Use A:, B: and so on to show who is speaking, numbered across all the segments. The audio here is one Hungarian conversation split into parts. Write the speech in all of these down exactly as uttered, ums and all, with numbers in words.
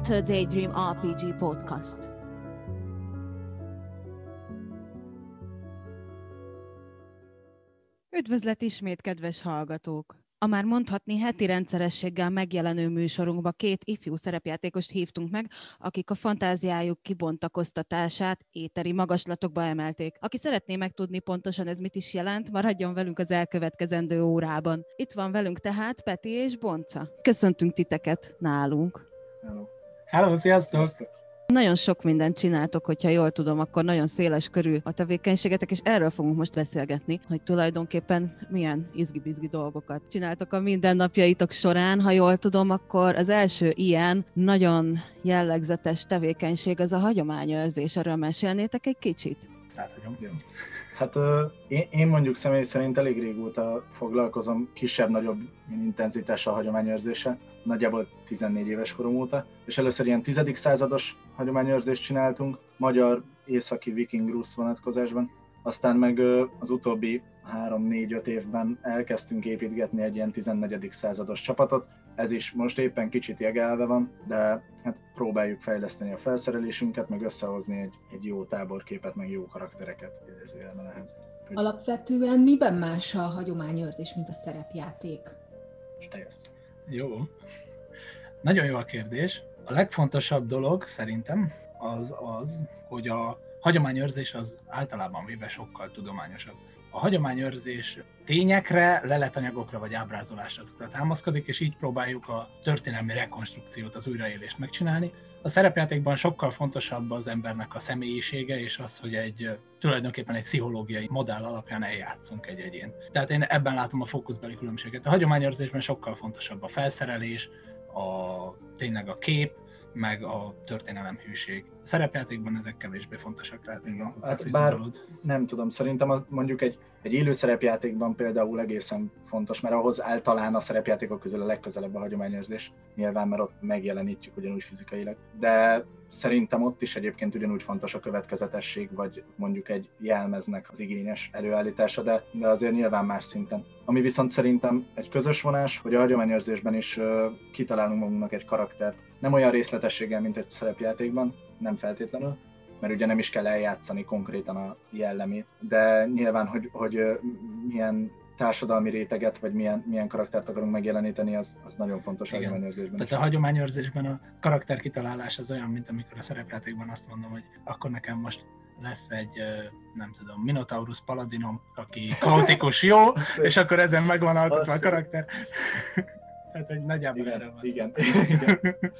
A: Enter Daydream er pé gé Podcast.
B: Üdvözlet ismét, kedves hallgatók! A már mondhatni heti rendszerességgel megjelenő műsorunkba két ifjú szerepjátékost hívtunk meg, akik a fantáziájuk kibontakoztatását éteri magaslatokba emelték. Aki szeretné megtudni pontosan ez mit is jelent, maradjon velünk az elkövetkezendő órában. Itt van velünk tehát Peti és Bonca. Köszöntünk titeket nálunk!
C: Hello, Hello sziasztok!
B: Nagyon sok mindent csináltok, hogyha jól tudom, akkor nagyon széles körű a tevékenységetek, és erről fogunk most beszélgetni, hogy tulajdonképpen milyen izgi-bizgi dolgokat csináltok a mindennapjaitok során. Ha jól tudom, akkor az első ilyen nagyon jellegzetes tevékenység az a hagyományőrzés. Erről mesélnétek egy kicsit?
C: Hát, hát uh, én, én mondjuk személy szerint elég régóta foglalkozom kisebb-nagyobb intenzitással a hagyományőrzéssel, nagyjából tizennégy éves korom óta, és először ilyen tizedik százados hagyományőrzést csináltunk, magyar északi viking rusz vonatkozásban, aztán meg uh, az utóbbi három-négy-öt évben elkezdtünk építgetni egy ilyen tizennegyedik százados csapatot, ez is most éppen kicsit jegelve van, de hát próbáljuk fejleszteni a felszerelésünket, meg összehozni egy, egy jó táborképet, meg jó karaktereket idézőjelben ehhez.
D: Alapvetően miben más a hagyományőrzés, mint a szerepjáték?
C: És te jössz.
E: Jó. Nagyon jó a kérdés. A legfontosabb dolog szerintem az az, hogy a hagyományőrzés az általában véve sokkal tudományosabb. A hagyományőrzés tényekre, leletanyagokra vagy ábrázolásokra támaszkodik, és így próbáljuk a történelmi rekonstrukciót, az újraélést megcsinálni. A szerepjátékban sokkal fontosabb az embernek a személyisége, és az, hogy egy tulajdonképpen egy pszichológiai modell alapján eljátszunk egy egyént. Tehát én ebben látom a fókuszbeli különbséget. A hagyományőrzésben sokkal fontosabb a felszerelés, a, tényleg a kép, meg a történelem hűség. A szerepjátékban ezek kevésbé fontosak lehet.
C: Hát bár nem tudom, szerintem a, mondjuk egy, egy élő szerepjátékban például egészen fontos, mert ahhoz általán a szerepjátékok közül a legközelebb a hagyományőrzés. Nyilván, mert ott megjelenítjük ugyanúgy fizikailag. De szerintem ott is egyébként ugyanúgy fontos a következetesség, vagy mondjuk egy jelmeznek az igényes előállítása, de, de azért nyilván más szinten. Ami viszont szerintem egy közös vonás, hogy a hagyományőrzésben is uh, kitalálunk magunknak egy karaktert. Nem olyan részletességgel, mint egy szerepjátékban, nem feltétlenül, mert ugye nem is kell eljátszani konkrétan a jellemét, de nyilván, hogy, hogy uh, milyen társadalmi réteget, vagy milyen, milyen karaktert akarunk megjeleníteni, az, az nagyon fontos. Igen. A hagyományőrzésben.
E: Tehát a hagyományőrzésben a karakter kitalálás az olyan, mint amikor a szerepjátékban azt mondom, hogy akkor nekem most lesz egy, nem tudom, Minotaurus Paladinom, aki kaotikus jó, és akkor ezen megvan alkotva a karakter. Tehát, hogy nagyjából
C: igen,
E: erre van.
C: Igen, igen.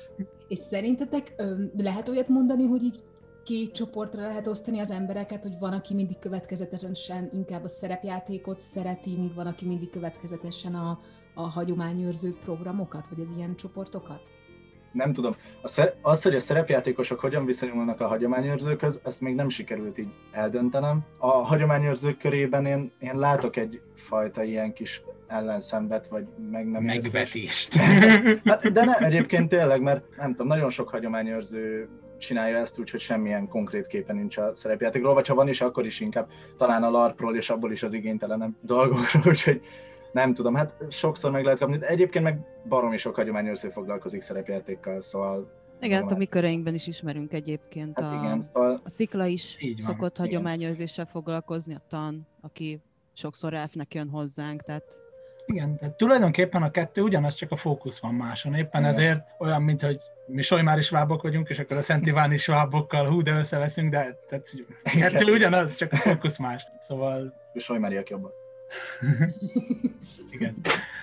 D: És szerintetek lehet olyat mondani, hogy így két csoportra lehet osztani az embereket, hogy van, aki mindig következetesen inkább a szerepjátékot szereti, míg van, aki mindig következetesen a, a hagyományőrző programokat, vagy az ilyen csoportokat?
C: Nem tudom. Az, hogy a szerepjátékosok hogyan viszonyulnak a hagyományőrzőkhöz, ezt még nem sikerült így eldöntenem. A hagyományőrzők körében én, én látok egyfajta ilyen kis ellenszenvet, vagy meg nem
E: megvetést.
C: Hát, de ne, egyébként tényleg, mert nem tudom, nagyon sok hagyományőrző csinálja ezt úgy, hogy semmilyen konkrét képen nincs a szerepjátékról, vagy ha van is, akkor is inkább talán a larpról, és abból is az igénytelenebb dolgokról, úgyhogy nem tudom, hát sokszor meg lehet kapni. Egyébként meg baromi sok hagyományőrző foglalkozik szerepjátékkal, szóval...
B: Igen, hát a mi köreinkben is ismerünk egyébként.
C: Hát
B: a,
C: igen, szóval...
B: a Szikla is
E: így van,
B: szokott
C: igen.
B: hagyományőrzéssel foglalkozni, a Tan, aki sokszor elfnek jön hozzánk, tehát...
E: Igen, tehát tulajdonképpen a kettő ugyanaz, csak a fókusz van máson. Éppen igen. Ezért olyan, mint hogy mi Solymári svábok vagyunk, és akkor a Szent Iváni svábokkal hú, de összeveszünk, de tehát, kettő ugyanaz, csak a fókusz más. Szóval...
C: Solymáriak jobban.
E: Igen.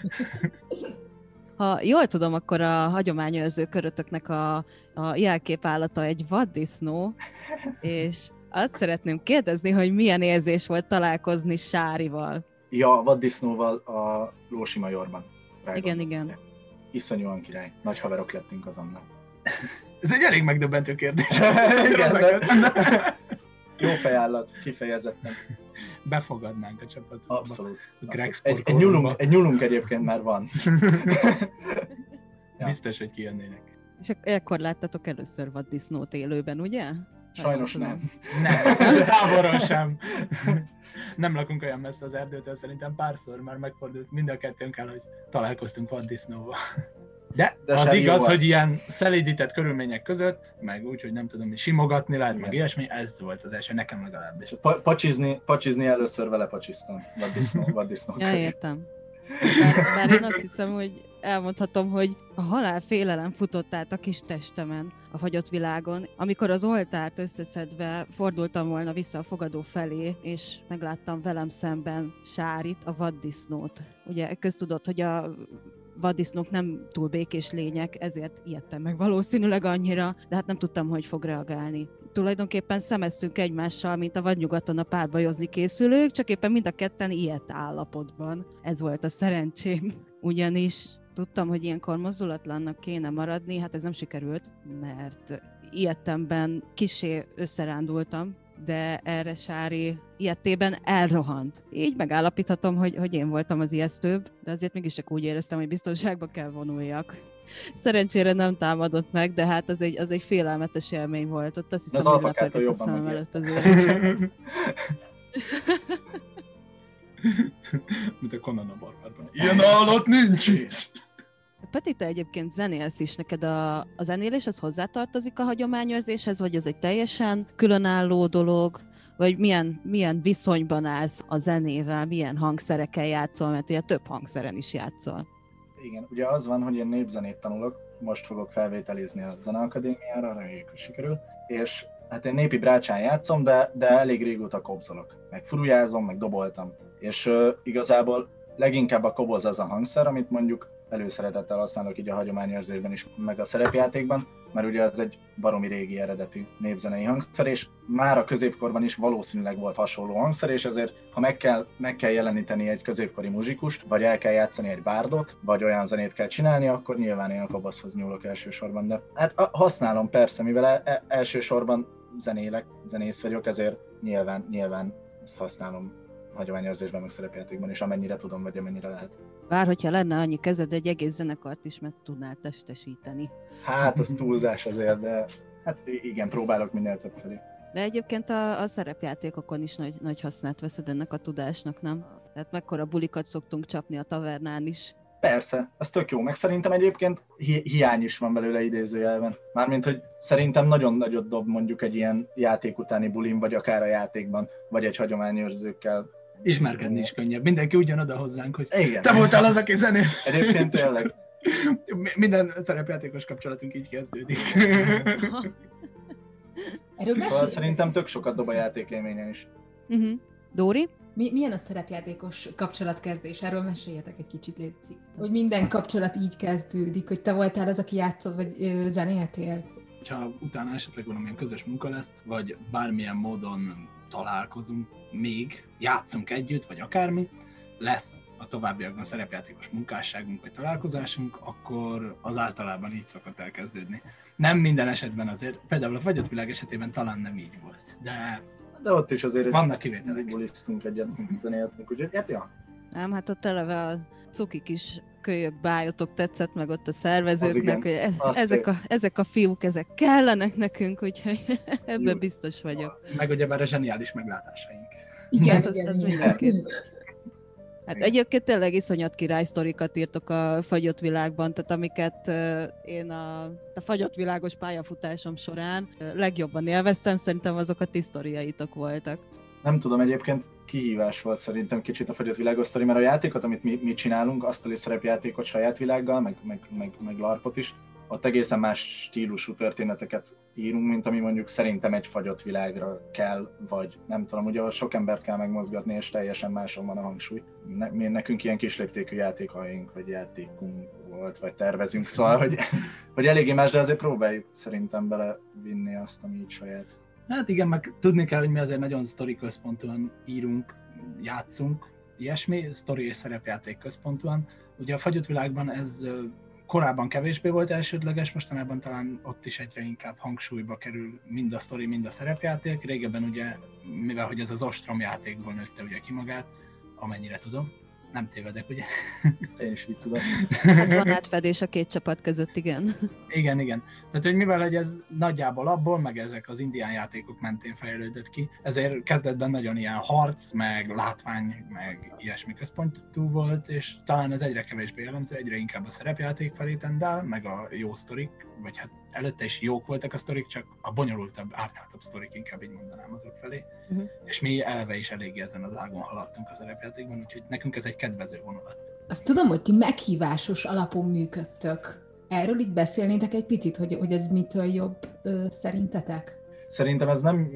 B: Ha jól tudom, akkor a hagyományőrző körötöknek a, a jelképállata egy vaddisznó, és azt szeretném kérdezni, hogy milyen érzés volt találkozni Sárival.
C: Ja, vaddisznóval a Lósi Majorban.
B: Igen, igen.
C: Iszonyúan király. Nagy haverok lettünk azonnal.
E: Ez egy elég megdöbbentő kérdés.
C: Igen, de... Jó fejállat, kifejezetten.
E: Befogadnánk a csapatba.
C: Abszolút.
E: Abszolút.
C: Egy, egy, nyulunk, egy nyulunk egyébként már van.
E: Ja. Biztos, hogy kijönnének.
B: És ekkor láttatok először vaddisznót élőben, ugye?
C: Sajnos nem.
E: Nem, távolról sem. Nem lakunk olyan messze az erdőtől, szerintem párszor már megfordult mind a kettőnkkel, hogy találkoztunk vaddisznóval. De,
C: De
E: az
C: Sári jó
E: igaz,
C: arc.
E: hogy ilyen szelídített körülmények között, meg úgy, hogy nem tudom, hogy simogatni lehet, meg
C: Igen.
E: ilyesmi, ez volt az első, nekem legalábbis.
C: Pa- pacsizni, pacsizni először vele pacsiztam, vaddisznó, vaddisznó
B: Ja,
C: köré.
B: értem. Bár, bár én azt hiszem, hogy elmondhatom, hogy a halálfélelem futott át a kis testemen a fagyott világon, amikor az oltárt összeszedve fordultam volna vissza a fogadó felé, és megláttam velem szemben Sárit, a vaddisznót. Ugye köztudott, hogy a vaddisznók nem túl békés lények, ezért ijedtem meg valószínűleg annyira, de hát nem tudtam, hogy fog reagálni. Tulajdonképpen szemeztünk egymással, mint a vadnyugaton a párbajozni készülők, csak éppen mind a ketten ijedt állapotban. Ez volt a szerencsém. Ugyanis tudtam, hogy ilyenkor mozdulatlannak kéne maradni, hát ez nem sikerült, mert ijedtemben kissé összerándultam, de erre Sári ilyettében elrohant. Így megállapíthatom, hogy, hogy én voltam az ijesztőbb, de azért mégiscsak úgy éreztem, hogy biztonságba kell vonuljak. Szerencsére nem támadott meg, de hát az egy, az egy félelmetes élmény volt. Ott azt hiszem,
C: az
B: hogy
C: alpakától
B: lepegett a
C: jobban
B: szemem
C: megijedt.
B: előtt azért.
E: Mint a Conan a barbárban. Ilyen állat nincs is!
B: Peti, te egyébként zenélsz is, neked a, a zenélés az hozzátartozik a hagyományőrzéshez, vagy ez egy teljesen különálló dolog, vagy milyen, milyen viszonyban állsz a zenével, milyen hangszerekkel játszol, mert ugye több hangszeren is játszol.
C: Igen, ugye az van, hogy én népzenét tanulok, most fogok felvételizni a Zeneakadémiára, reméljük, hogy sikerül, és hát én népi brácsán játszom, de, de elég régóta kobzolok, meg furujázom, meg doboltam, és uh, igazából leginkább a koboz az a hangszer, amit mondjuk előszeretettel használok így a hagyományőrzésben is, meg a szerepjátékban, mert ugye az egy baromi régi eredetű népzenei hangszer, és már a középkorban is valószínűleg volt hasonló hangszer, és ezért, ha meg kell, meg kell jeleníteni egy középkori muzsikust, vagy el kell játszani egy bárdot, vagy olyan zenét kell csinálni, akkor nyilván én a kobozhoz nyúlok elsősorban, de hát a, használom persze, mivel e, e, elsősorban zenélek, zenész vagyok, ezért nyilván, nyilván ezt használom hagyományőrzésben, meg szerepjátékban is, amennyire tudom, vagy amennyire lehet.
B: Bár hogyha lenne annyi kezed, egy egész zenekart is meg tudnál testesíteni.
C: Hát, az túlzás azért, de hát igen, próbálok minél több felé.
B: De egyébként a, a szerepjátékokon is nagy, nagy hasznát veszed ennek a tudásnak, nem? Tehát mekkora bulikat szoktunk csapni a tavernán is.
C: Persze, ez tök jó, meg szerintem egyébként hi- hiány is van belőle idézőjelben. Mármint, hogy szerintem nagyon nagyot dob mondjuk egy ilyen játék utáni bulin, vagy akár a játékban, vagy egy hagyományőrzőkkel.
E: Ismerkedni is könnyebb. Mindenki ugyanoda hozzánk, hogy
C: Igen.
E: te voltál az, aki zenél.
C: Egyébként tényleg.
E: Minden szerepjátékos kapcsolatunk így kezdődik.
D: Erről
C: Szóval
D: mesélj.
C: szerintem tök sokat dob a játékélményen is.
B: Uh-huh. Dóri?
D: Mi, milyen a szerepjátékos kapcsolatkezdés? Erről meséljetek egy kicsit, létszik. Hogy minden kapcsolat így kezdődik, hogy te voltál az, aki játszott, vagy ö, zenéltél.
E: Ha utána esetleg valamilyen közös munka lesz, vagy bármilyen módon találkozunk, még játszunk együtt, vagy akármi, lesz a továbbiakban szerepjátékos munkásságunk, vagy találkozásunk, akkor az általában így szokott elkezdődni. Nem minden esetben azért, például a fagyott világ esetében talán nem így volt, de
C: De ott is azért
E: vannak kivételek.
C: bulisztunk egyet, zenéltünk, úgyhogy hát ja.
B: Nem, hát ott eleve a cuki kis kölyök bájotok tetszett meg ott a
C: Az
B: szervezőknek,
C: igen,
B: hogy e-
C: az
B: ezek, a, ezek a fiúk, ezek kellenek nekünk, úgyhogy ebben
C: Jó.
B: biztos vagyok.
E: Meg ugyebár a zseniális meglátásaink.
D: Igen,
B: Hát az-
D: igen,
B: az
D: igen.
B: mindenképp. Hát egyébként tényleg iszonyat király sztorikat írtok a fagyott világban, tehát amiket uh, én a, a fagyott világos pályafutásom során uh, legjobban élveztem, szerintem azok a ti sztoriaitok voltak.
C: Nem tudom, egyébként kihívás volt szerintem kicsit a fagyott világos sztori, mert a játékot, amit mi, mi csinálunk, asztali szerepjátékot saját világgal, meg, meg, meg, meg larpot is, ott egészen más stílusú történeteket írunk, mint ami mondjuk szerintem egy fagyott világra kell, vagy nem tudom, ugye ott sok embert kell megmozgatni, és teljesen máson van a hangsúly. Ne, mi, nekünk ilyen kisléptékű játékaink, vagy játékunk volt, vagy tervezünk, szóval, hogy, hogy eléggé más, de azért próbáljuk szerintem belevinni azt, ami így saját.
E: Hát igen, meg tudni kell, hogy mi azért nagyon sztori központúan írunk, játszunk, ilyesmi, sztori és szerepjáték központúan. Ugye a fagyott világban ez ö, korábban kevésbé volt elsődleges, mostanában talán ott is egyre inkább hangsúlyba kerül mind a sztori, mind a szerepjáték. Régebben ugye, mivel hogy ez az ostrom játékból nőtte ugye ki magát, amennyire tudom, Nem tévedek, ugye?
C: Én is így tudom.
A: Hát van átfedés a két csapat között, igen.
E: Igen, igen. Tehát, hogy mivel hogy ez nagyjából abból, meg ezek az indián játékok mentén fejlődött ki, ezért kezdetben nagyon ilyen harc, meg látvány, meg ilyesmi központú volt, és talán ez egyre kevésbé jellemző, egyre inkább a szerepjáték felé tendál, meg a jó sztorik, vagy hát előtte is jók voltak a sztorik, csak a bonyolultabb, árnyaltabb sztorik, inkább így mondanám azok felé. Uh-huh. És mi eleve is eléggé ezen az ágon haladtunk a szerepjátékban, úgyhogy nekünk ez egy kedvező vonulat.
D: Azt tudom, hogy ti meghívásos alapon működtök. Erről így beszélnétek egy picit, hogy, hogy ez mitől jobb ö, szerintetek?
C: Szerintem ez nem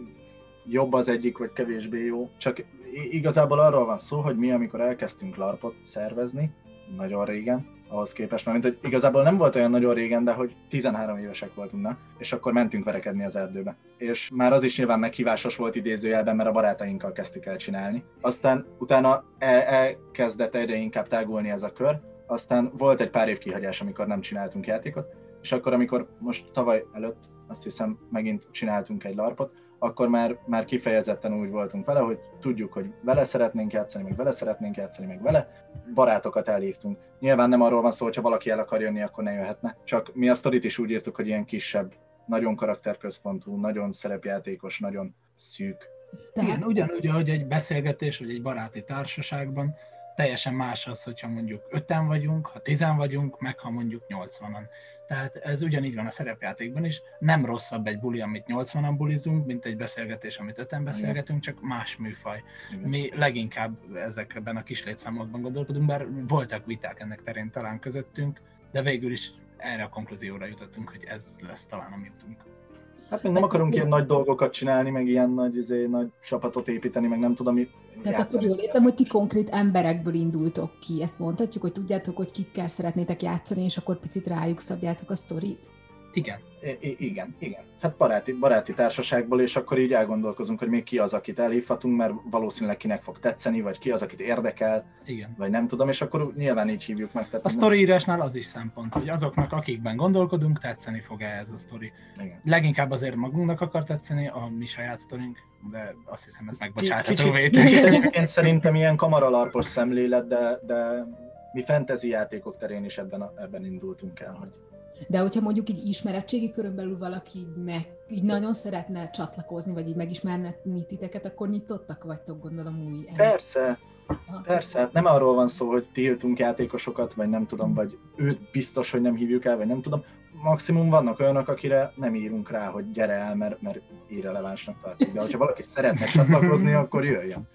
C: jobb az egyik, vagy kevésbé jó, csak igazából arról van szó, hogy mi, amikor elkezdtünk larpot szervezni, nagyon régen, ahhoz képest, mert mint hogy igazából nem volt olyan nagyon régen, de hogy tizenhárom évesek voltunk, na, és akkor mentünk verekedni az erdőbe. És már az is nyilván meghívásos volt idézőjelben, mert a barátainkkal kezdtük el csinálni. Aztán utána el- elkezdett egyre inkább tágulni ez a kör, aztán volt egy pár év kihagyás, amikor nem csináltunk játékot, és akkor, amikor most tavaly előtt, azt hiszem, megint csináltunk egy larpot, akkor már, már kifejezetten úgy voltunk vele, hogy tudjuk, hogy vele szeretnénk játszani, meg vele szeretnénk játszani, meg vele. Barátokat elhívtunk. Nyilván nem arról van szó, hogy ha valaki el akar jönni, akkor ne jöhetne. Csak mi a sztorit is úgy írtuk, hogy ilyen kisebb, nagyon karakterközpontú, nagyon szerepjátékos, nagyon szűk.
E: Tehát... Igen, ugyanúgy, ahogy egy beszélgetés, vagy egy baráti társaságban teljesen más az, hogyha mondjuk öten vagyunk, ha tizen vagyunk, meg ha mondjuk nyolcvanan. Tehát ez ugyanígy van a szerepjátékban is. Nem rosszabb egy buli, amit nyolcvanan bulizunk, mint egy beszélgetés, amit öten beszélgetünk, csak más műfaj. Igen. Mi leginkább ezekben a kis létszámokban gondolkodunk, bár voltak viták ennek terén talán közöttünk, de végül is erre a konklúzióra jutottunk, hogy ez lesz talán a mi utunk.
C: Hát még nem akarunk ilyen nagy dolgokat csinálni, meg ilyen nagy, izé, nagy csapatot építeni, meg nem tudom, mi
D: Tehát játszani. Akkor jól értem, hogy ti konkrét emberekből indultok ki. Ezt mondhatjuk, hogy tudjátok, hogy kikkel szeretnétek játszani, és akkor picit rájuk szabjátok a sztorit?
E: Igen.
C: I- igen, igen. Hát baráti, baráti társaságból, és akkor így elgondolkozunk, hogy még ki az, akit elhívhatunk, mert valószínűleg kinek fog tetszeni, vagy ki az, akit érdekel,
E: igen.
C: Vagy nem tudom, és akkor nyilván így hívjuk meg. Tehát
E: a sztoriírásnál az is szempont, hogy azoknak, akikben gondolkodunk, tetszeni fog-e ez a sztori. Igen. Leginkább azért magunknak akar tetszeni a mi saját sztorink, de azt hiszem, ez megbocsátható vétek.
C: Én szerintem ilyen kamaralarpos szemlélet, de, de mi fantasy játékok terén is ebben, a, ebben indultunk el, hogy
D: de hogyha mondjuk így ismeretségi körön belül valaki meg, így nagyon szeretne csatlakozni, vagy így megismerni titeket, akkor nyitottak vagytok, gondolom, új ember.
C: Persze, Aha. persze. Hát nem arról van szó, hogy tiltunk játékosokat, vagy nem tudom, vagy őt biztos, hogy nem hívjuk el, vagy nem tudom. Maximum vannak olyanok, akire nem írunk rá, hogy gyere el, mert, mert irrelevánsnak tartjuk. De hogyha valaki szeretne csatlakozni, akkor jöjjön.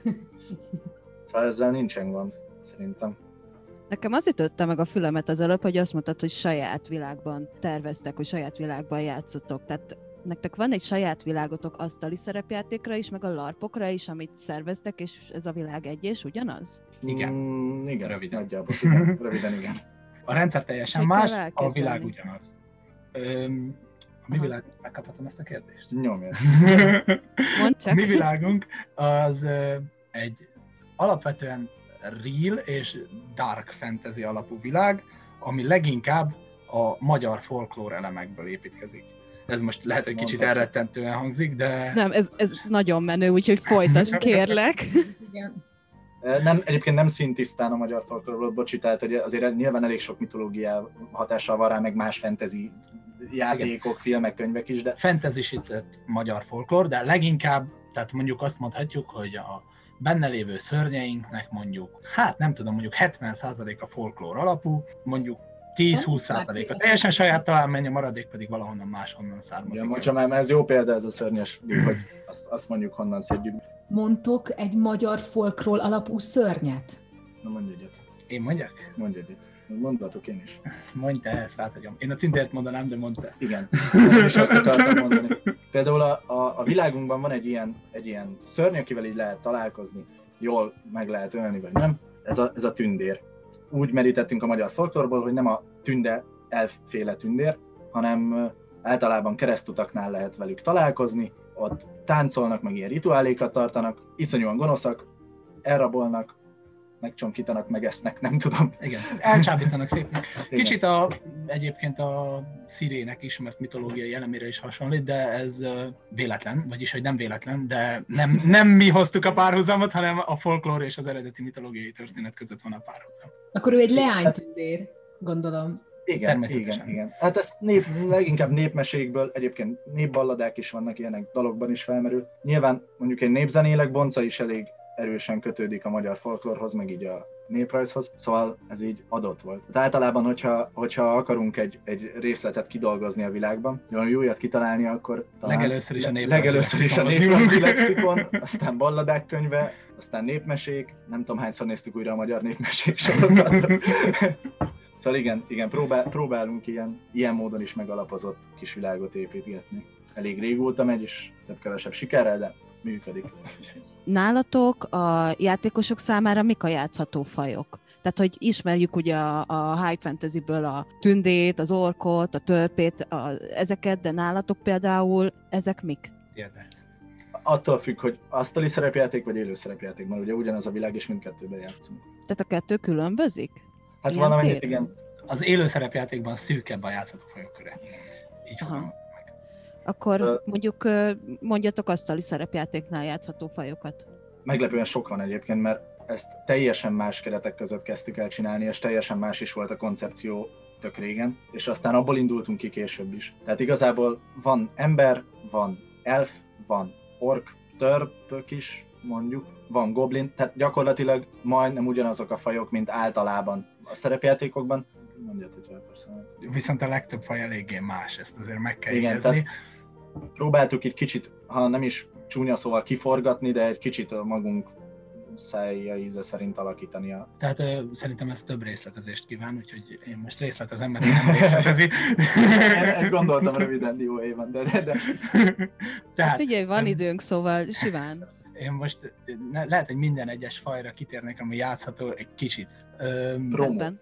C: Szóval ezzel nincsen gond, szerintem.
A: Nekem az ütötte meg a fülemet az előbb, hogy azt mondtad, hogy saját világban terveztek, hogy saját világban játszottok. Tehát nektek van egy saját világotok asztali szerepjátékra is, meg a larpokra is, amit szerveztek, és ez a világ egy és ugyanaz?
E: Igen.
C: Mm, igen, röviden. Nagyjából, igen. Röviden, igen.
E: A rendszer teljesen
A: Csak
E: más, a világ ugyanaz. Öm, a mi világ... Megkaphatom ezt a kérdést?
C: Nyomjad.
A: Mondd csak.
E: A mi világunk az ö, egy alapvetően real és dark fantasy alapú világ, ami leginkább a magyar folklór elemekből építkezik. Ez most lehet, hogy kicsit elrettentően hangzik, de...
A: Nem, ez, ez nagyon menő, úgyhogy folytasd, kérlek.
D: Igen.
C: Nem, egyébként nem szintisztán a magyar folklórból, bocsi, tehát hogy azért nyilván elég sok mitológia hatással van rá, meg más fantasy játékok, igen. Filmek, könyvek is, de...
E: Fantasy-sített magyar folklór, de leginkább, tehát mondjuk azt mondhatjuk, hogy a benne lévő szörnyeinknek mondjuk, hát nem tudom, mondjuk hetven százalék a folklór alapú, mondjuk tíz-húsz százalék a teljesen saját találmány, a maradék pedig valahonnan máshonnan származik.
C: Ja, mondja már, ez jó példa ez a szörnyes, hogy azt, azt mondjuk honnan szedjük.
D: Mondtok egy magyar folklór alapú szörnyet?
C: Na mondj egyet.
E: Én mondjak?
C: Mondj egyet. Mondhatok én is.
E: Mondj te, ezt átadjam. Én a tündért mondanám, de mondd te.
C: Igen. Én is azt akartam mondani. Például a, a, a világunkban van egy ilyen, egy ilyen szörny, akivel így lehet találkozni, jól meg lehet ölni, vagy nem. Ez a, ez a tündér. Úgy merítettünk a magyar folklórból, hogy nem a tünde elfféle tündér, hanem általában keresztutaknál lehet velük találkozni, ott táncolnak, meg ilyen rituálékat tartanak, iszonyúan gonoszak, elrabolnak, megcsonkítanak, megesznek, nem tudom.
E: Igen, elcsábítanak szépen.
C: Igen.
E: Kicsit a, egyébként a szirének ismert mitológiai elemére is hasonlít, de ez uh, véletlen, vagyis hogy nem véletlen, de nem, nem mi hoztuk a párhuzamot, hanem a folklór és az eredeti mitológiai történet között van a párhuzam.
D: Akkor ő egy leánytündér, gondolom.
C: Igen, igen, igen. Hát ezt nép, leginkább népmesékből, egyébként népballadák is vannak, ilyenek dalokban is felmerül. Nyilván mondjuk egy népzenélek bonca is elég erősen kötődik a magyar folklórhoz, meg így a néprajzhoz, szóval ez így adott volt. De általában, hogyha, hogyha akarunk egy, egy részletet kidolgozni a világban, valami újat kitalálni, akkor talán
E: legelőször is a néprajzi
C: legelőször is a néprajzi lexikon, aztán balladák könyve, aztán népmesék, nem tudom hányszor néztük újra a magyar népmesék sorozatot. Szóval igen, igen próbál, próbálunk ilyen, ilyen módon is megalapozott kis világot építgetni. Elég régóta megy, és több-kevesebb sikerrel, de működik.
A: Nálatok a játékosok számára mik a játszható fajok? Tehát, hogy ismerjük ugye a, a high fantasy-ből a tündét, az orkot, a törpét, a, ezeket, de nálatok például ezek mik?
E: Érdekes.
C: Attól függ, hogy asztali szerepjáték vagy élő szerepjáték, mert ugye ugyanaz a világ, és mindkettőben játszunk.
A: Tehát a kettő különbözik?
C: Hát
A: Ilyen
C: valamennyit
A: téren?
C: igen.
E: Az élő szerepjátékban szűkebb a játszható fajok köre. Így
A: Aha.
E: van.
A: Akkor
C: Ö-
A: mondjuk ö, mondjatok asztali szerepjátéknál játszható fajokat.
C: Meglepően sok van egyébként, mert ezt teljesen más keretek között kezdtük el csinálni, és teljesen más is volt a koncepció tök régen, és aztán abból indultunk ki később is. Tehát igazából van ember, van elf, van ork, törpök is mondjuk, van goblin, tehát gyakorlatilag majdnem ugyanazok a fajok, mint általában a szerepjátékokban. Mondjad, hogy persze.
E: Viszont a legtöbb faj eléggé más, ezt azért meg kell
C: Igen,
E: jegyezni.
C: Próbáltuk itt kicsit, ha nem is csúnya szóval kiforgatni, de egy kicsit a magunk szájja íze szerint alakítani a...
E: Tehát ö, szerintem ez több részletezést kíván, úgyhogy én most részletezem, mert nem részletezi.
C: Én gondoltam röviden dióhéjban, de, de, de...
A: Hát
E: Tehát
A: figyelj, van
E: em,
A: időnk, szóval simán.
E: én most ne, lehet, hogy minden egyes fajra kitérnék, ami játszható egy kicsit. Öm,
C: Promo.
A: Rendben.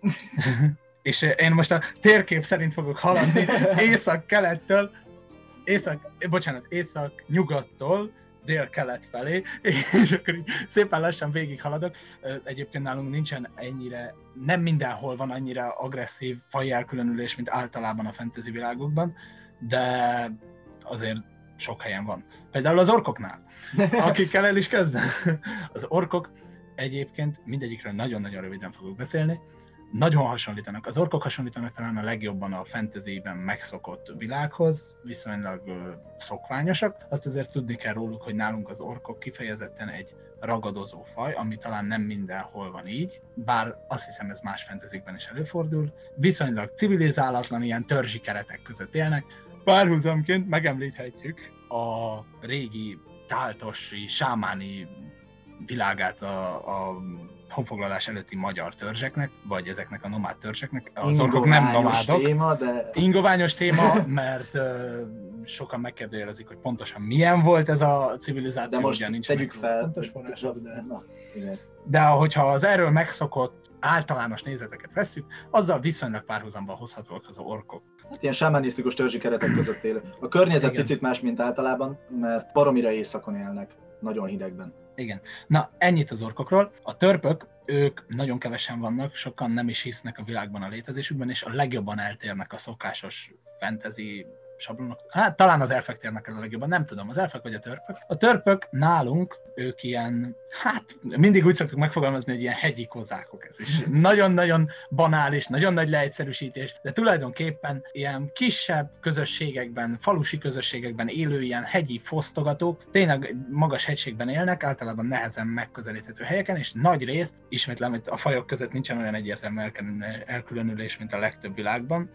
E: és én most a térkép szerint fogok haladni észak-kelettől, észak, bocsánat, észak-nyugattól dél-kelet felé, és akkor így szépen lassan végig haladok. Egyébként nálunk nincsen ennyire, nem mindenhol van annyira agresszív faji elkülönülés, mint általában a fantasy világokban, de azért sok helyen van. Például az orkoknál, akikkel el is kezdem. Az orkok egyébként mindegyikről nagyon-nagyon röviden fogok beszélni. Nagyon hasonlítanak. Az orkok hasonlítanak talán a legjobban a fantasyben megszokott világhoz, viszonylag ö, szokványosak. Azt azért tudni kell róluk, hogy nálunk az orkok kifejezetten egy ragadozó faj, ami talán nem mindenhol van így, bár azt hiszem ez más fantasykben is előfordul. Viszonylag civilizálatlan, ilyen törzsi keretek között élnek. Párhuzamként megemlíthetjük a régi táltosi, sámáni világát a, a honfoglalás előtti magyar törzseknek, vagy ezeknek a nomád törzseknek. Az orkok nem nomádok.
C: Téma, de...
E: Ingoványos téma, mert uh, sokan megkérdőjelezik, hogy pontosan milyen volt ez a civilizáció.
C: De most
E: ugye nincs
C: tegyük fel.
E: pontos források, de...
C: Na, igen.
E: de hogyha az erről megszokott általános nézeteket vesszük, azzal viszonylag párhuzamban hozhatóak az orkok.
C: Hát ilyen sámánisztikus törzsi keretek között élő. A környezet
E: Igen.
C: picit más, mint általában, mert baromira éjszakon élnek, nagyon hidegben.
E: Igen. Na, ennyit az orkokról. A törpök, ők nagyon kevesen vannak, sokan nem is hisznek a világban a létezésükben, és a legjobban eltérnek a szokásos fantasy sablonok. Hát talán az elfek térnek el a legjobban, nem tudom, az elfek vagy a törpök. A törpök nálunk, ők ilyen, hát mindig úgy szoktuk megfogalmazni, hogy ilyen hegyi kozákok ez is. Nagyon-nagyon banális, nagyon nagy leegyszerűsítés, de tulajdonképpen ilyen kisebb közösségekben, falusi közösségekben élő ilyen hegyi fosztogatók, tényleg magas hegységben élnek, általában nehezen megközelíthető helyeken, és nagy részt, ismétlem, hogy a fajok között nincsen olyan egyértelmű elkülönülés, mint a legtöbb világban,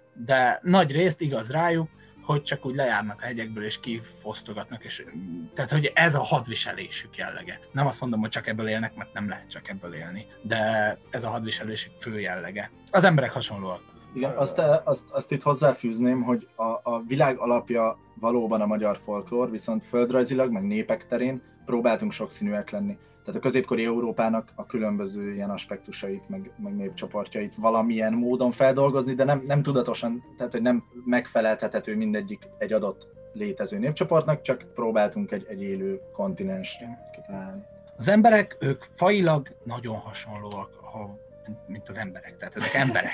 E: de nagy részt igaz rájuk, hogy csak úgy lejárnak a hegyekből és kifosztogatnak, és tehát, hogy ez a hadviselésük jellege. Nem azt mondom, hogy csak ebből élnek, mert nem lehet csak ebből élni, de ez a hadviselésük fő jellege. Az emberek hasonlóak.
C: Igen, azt, azt, azt itt hozzáfűzném, hogy a, a világ alapja valóban a magyar folklór, viszont földrajzilag, meg népek terén próbáltunk sokszínűek lenni. Tehát a középkori Európának a különböző ilyen aspektusait, meg, meg népcsoportjait valamilyen módon feldolgozni, de nem, nem tudatosan, tehát hogy nem megfeleltethető mindegyik egy adott létező népcsoportnak, csak próbáltunk egy, egy élő kontinens kitalálni.
E: Az emberek, ők fajilag nagyon hasonlóak, ha, mint az emberek, tehát ezek emberek.